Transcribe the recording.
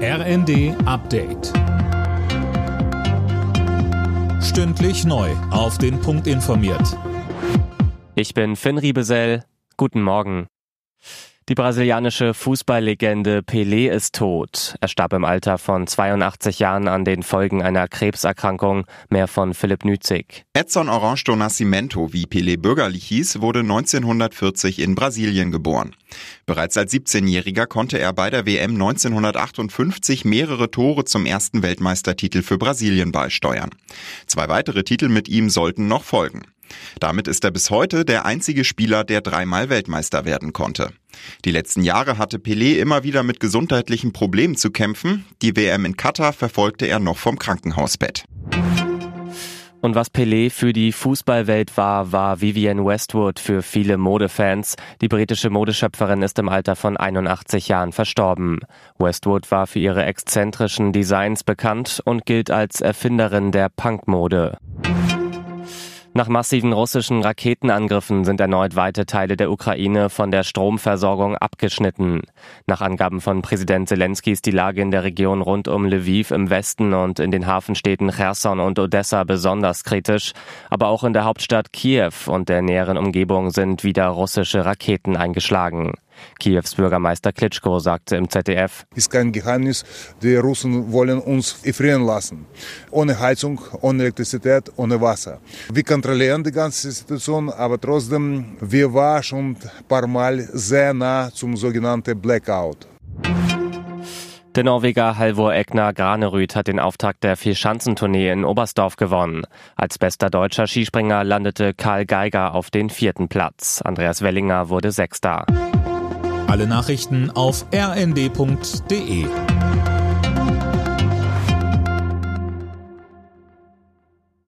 RND Update. Stündlich neu auf den Punkt informiert. Ich bin Finn Riebesell. Guten Morgen. Die brasilianische Fußballlegende Pelé ist tot. Er starb im Alter von 82 Jahren an den Folgen einer Krebserkrankung. Mehr von Philipp Nützig. Edson Orange do Nascimento, wie Pelé bürgerlich hieß, wurde 1940 in Brasilien geboren. Bereits als 17-Jähriger konnte er bei der WM 1958 mehrere Tore zum ersten Weltmeistertitel für Brasilien beisteuern. 2 weitere Titel mit ihm sollten noch folgen. Damit ist er bis heute der einzige Spieler, der 3-mal Weltmeister werden konnte. Die letzten Jahre hatte Pelé immer wieder mit gesundheitlichen Problemen zu kämpfen. Die WM in Katar verfolgte er noch vom Krankenhausbett. Und was Pelé für die Fußballwelt war Vivienne Westwood für viele Modefans. Die britische Modeschöpferin ist im Alter von 81 Jahren verstorben. Westwood war für ihre exzentrischen Designs bekannt und gilt als Erfinderin der Punkmode. Nach massiven russischen Raketenangriffen sind erneut weite Teile der Ukraine von der Stromversorgung abgeschnitten. Nach Angaben von Präsident Zelensky ist die Lage in der Region rund um Lviv im Westen und in den Hafenstädten Cherson und Odessa besonders kritisch. Aber auch in der Hauptstadt Kiew und der näheren Umgebung sind wieder russische Raketen eingeschlagen. Kiews Bürgermeister Klitschko sagte im ZDF: Ist kein Geheimnis, die Russen wollen uns erfrieren lassen. Ohne Heizung, ohne Elektrizität, ohne Wasser. Wir kontrollieren die ganze Situation, aber trotzdem, wir waren schon ein paar Mal sehr nah zum sogenannten Blackout. Der Norweger Halvor Egner Granerud hat den Auftakt der Vierschanzentournee in Oberstdorf gewonnen. Als bester deutscher Skispringer landete Karl Geiger auf den 4. Platz. Andreas Wellinger wurde 6. Alle Nachrichten auf rnd.de.